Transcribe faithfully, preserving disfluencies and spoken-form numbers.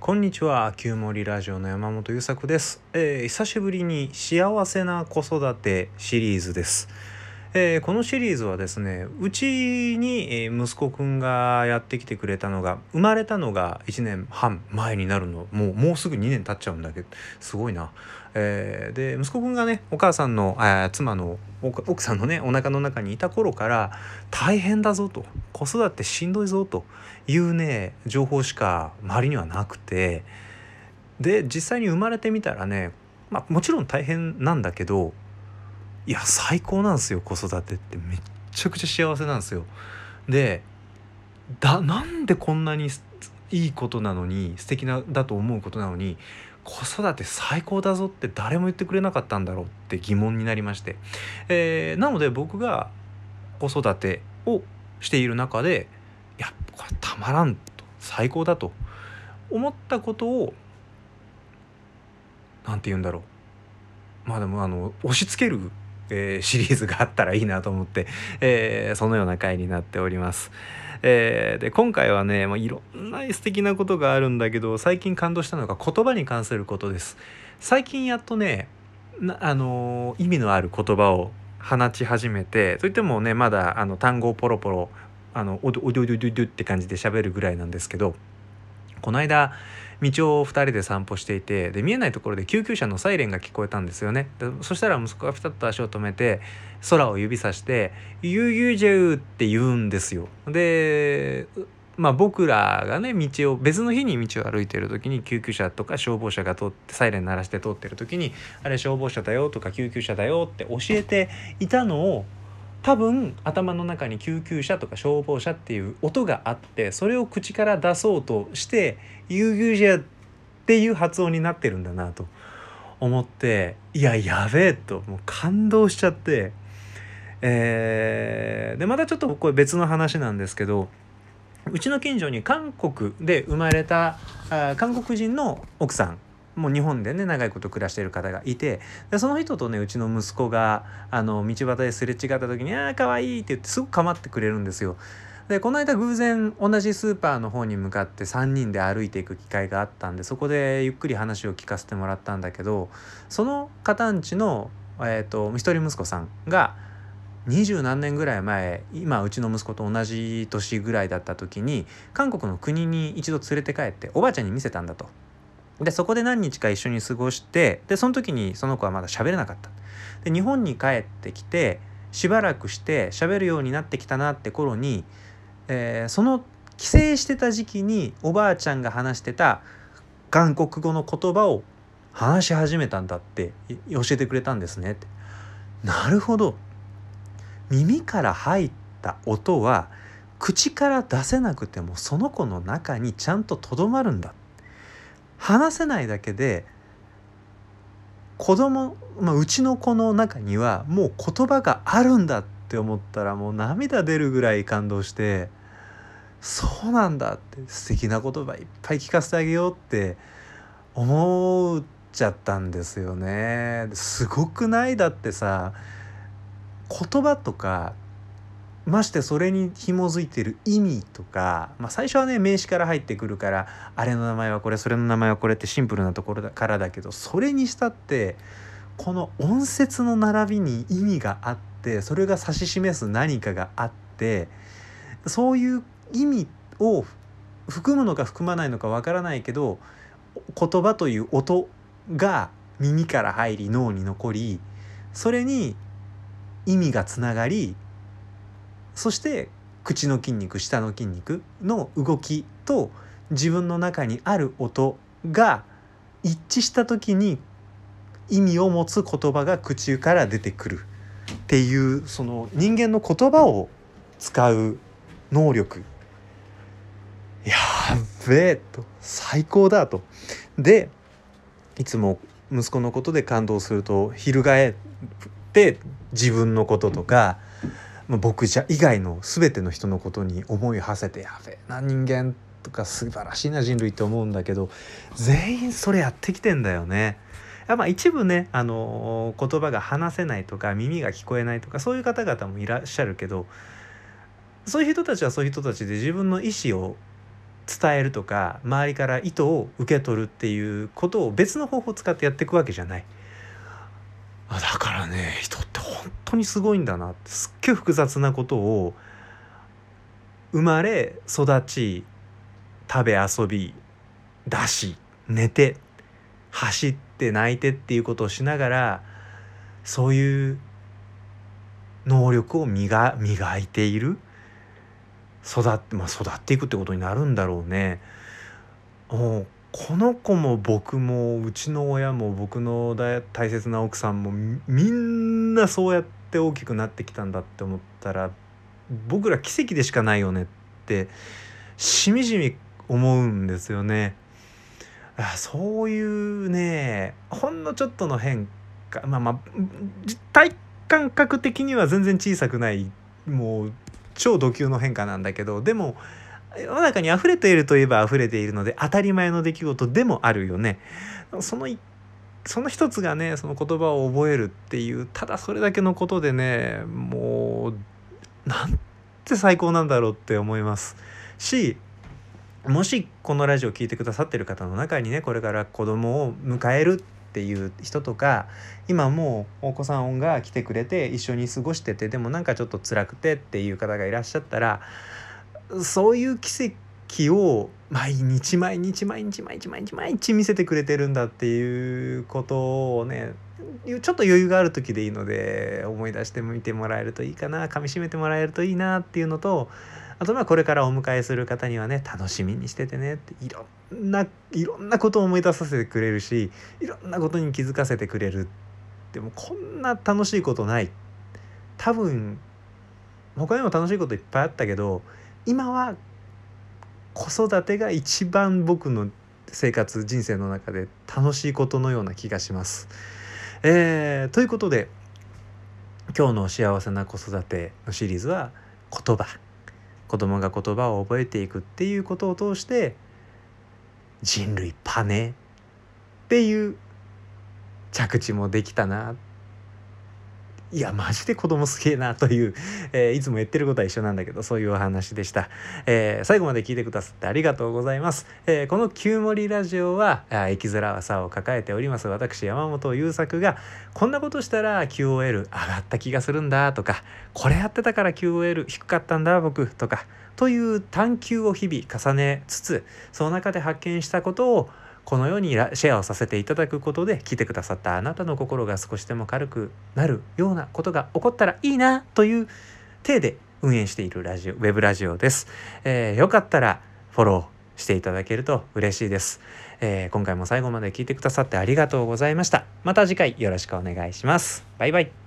こんにちは、旧森ラジオの山本優作です、えー、久しぶりに幸せな子育てシリーズです。えー、このシリーズはですね、うちに、えー息子くんがやってきてくれたのが、生まれたのがいちねんはん前になるの、もうもうすぐにねん経っちゃうんだけど、すごいな。えーで息子くんがね、お母さんのあー妻の奥奥さんのね、お腹の中にいた頃から大変だぞと、子育てしんどいぞというね情報しか周りにはなくて、で実際に生まれてみたらね、まあもちろん大変なんだけど、いや最高なんですよ。子育てってめっちゃくちゃ幸せなんですよ。でだなんでこんなにいいことなのに、素敵なだと思うことなのに、子育て最高だぞって誰も言ってくれなかったんだろうって疑問になりまして、えーなので僕が子育てをしている中で、いやこれたまらんと、最高だと思ったことを、なんて言うんだろう、まあでもあの押し付ける、えーシリーズがあったらいいなと思って、えーそのような回になっております。えーで今回はね、まあ、いろんな素敵なことがあるんだけど、最近感動したのが言葉に関することです。最近やっとね、なあのー意味のある言葉を放ち始めて、といってもねまだあの単語をポロポロ、あのおどおどおどおどおどって感じで喋るぐらいなんですけど、この間道をふたりで散歩していて、で見えないところで救急車のサイレンが聞こえたんですよね。でそしたら息子がピタッと足を止めて、空を指さして「ゆうゆうじゅう」って言うんですよ。でまあ僕らがね、道を別の日に道を歩いている時に、救急車とか消防車が通ってサイレン鳴らして通ってる時に、あれ消防車だよとか救急車だよって教えていたのを、多分頭の中に救急車とか消防車っていう音があって、それを口から出そうとして「救急車」っていう発音になってるんだなと思って、いややべえと、もう感動しちゃって、えーでまたちょっとこれ別の話なんですけど、うちの近所に韓国で生まれたあ韓国人の奥さん、もう日本でね長いこと暮らしている方がいて、でその人とねうちの息子があの道端ですれ違った時に「あーかわいい」って言ってすぐ構ってくれるんですよ。でこの間偶然同じスーパーの方に向かってさんにんで歩いていく機会があったんで、そこでゆっくり話を聞かせてもらったんだけど、その方んちの、えー、と一人息子さんが二十何年ぐらい前、今うちの息子と同じ年ぐらいだった時に韓国の国に一度連れて帰っておばあちゃんに見せたんだと。でそこで何日か一緒に過ごして、でその時にその子はまだ喋れなかった。で日本に帰ってきてしばらくして喋るようになってきたなって頃に、えーその帰省してた時期におばあちゃんが話してた韓国語の言葉を話し始めたんだって教えてくれたんですねって。なるほど、耳から入った音は口から出せなくてもその子の中にちゃんととどまるんだ。話せないだけで子供、まあ、うちの子の中にはもう言葉があるんだって思ったら、もう涙出るぐらい感動して、そうなんだって、素敵な言葉いっぱい聞かせてあげようって思っちゃったんですよね。すごくない？だってさ、言葉とか、ましてそれに紐づいてる意味とか、まあ、最初はね名詞から入ってくるから、あれの名前はこれ、それの名前はこれってシンプルなところだからだけど、それにしたってこの音節の並びに意味があって、それが指し示す何かがあって、そういう意味を含むのか含まないのかわからないけど、言葉という音が耳から入り脳に残り、それに意味がつながり、そして口の筋肉、下の筋肉の動きと自分の中にある音が一致した時に意味を持つ言葉が口から出てくるっていう、その人間の言葉を使う能力、やっべえと、最高だと。でいつも息子のことで感動すると、翻って自分のこととか、僕じゃ以外の全ての人のことに思いを馳せて、やべえな人間とか素晴らしいな人類って思うんだけど、全員それやってきてんだよね。まあ一部ね、あの言葉が話せないとか耳が聞こえないとか、そういう方々もいらっしゃるけど、そういう人たちはそういう人たちで自分の意思を伝えるとか周りから意図を受け取るっていうことを別の方法を使ってやっていくわけじゃない。だからね、人って本当にすごいんだなって、すっげえ複雑なことを生まれ育ち食べ遊び出し寝て走って泣いてっていうことをしながら、そういう能力を磨、磨いている、育って、まあ、育っていくってことになるんだろうね。もうこの子も僕もうちの親も僕の大大切な奥さんもみみんなそうやって大きくなってきたんだって思ったら、僕ら奇跡でしかないよねってしみじみ思うんですよね。あ、そういうね、ほんのちょっとの変化、まあまあ実体感覚的には全然小さくない、もう超度級の変化なんだけど、でも世の中に溢れているといえば溢れているので当たり前の出来事でもあるよね。そのその一つがね、その言葉を覚えるっていう、ただそれだけのことでね、もうなんて最高なんだろうって思いますし、もしこのラジオを聞いてくださってる方の中にね、これから子供を迎えるっていう人とか、今もうお子さんが来てくれて一緒に過ごしてて、でもなんかちょっと辛くてっていう方がいらっしゃったら、そういう奇跡を毎日毎日毎日毎日毎日毎日見せてくれてるんだっていうことをね、ちょっと余裕がある時でいいので思い出してみてもらえるといいかな、噛み締めてもらえるといいなっていうのと、あとまあこれからお迎えする方にはね、楽しみにしててねって、いろんないろんなことを思い出させてくれるし、いろんなことに気づかせてくれる。でもこんな楽しいことない。多分他にも楽しいこといっぱいあったけど、今は子育てが一番僕の生活人生の中で楽しいことのような気がします。えー、ということで今日の幸せな子育てのシリーズは、言葉、子供が言葉を覚えていくっていうことを通して人類パネっていう着地もできたな。いやマジで子供すげえなという、えー、いつも言ってることは一緒なんだけど、そういうお話でした。えー、最後まで聞いてくださってありがとうございます。えー、この旧森ラジオは生きづらさを抱えております私山本優作が、こんなことしたら キューオーエル 上がった気がするんだとか、これやってたから キューオーエル 低かったんだ僕とかという探求を日々重ねつつ、その中で発見したことをこのようにシェアをさせていただくことで、来てくださったあなたの心が少しでも軽くなるようなことが起こったらいいなという体で運営しているラジオ、ウェブラジオです。えー、よかったらフォローしていただけると嬉しいです。えー、今回も最後まで聞いてくださってありがとうございました。また次回よろしくお願いします。バイバイ。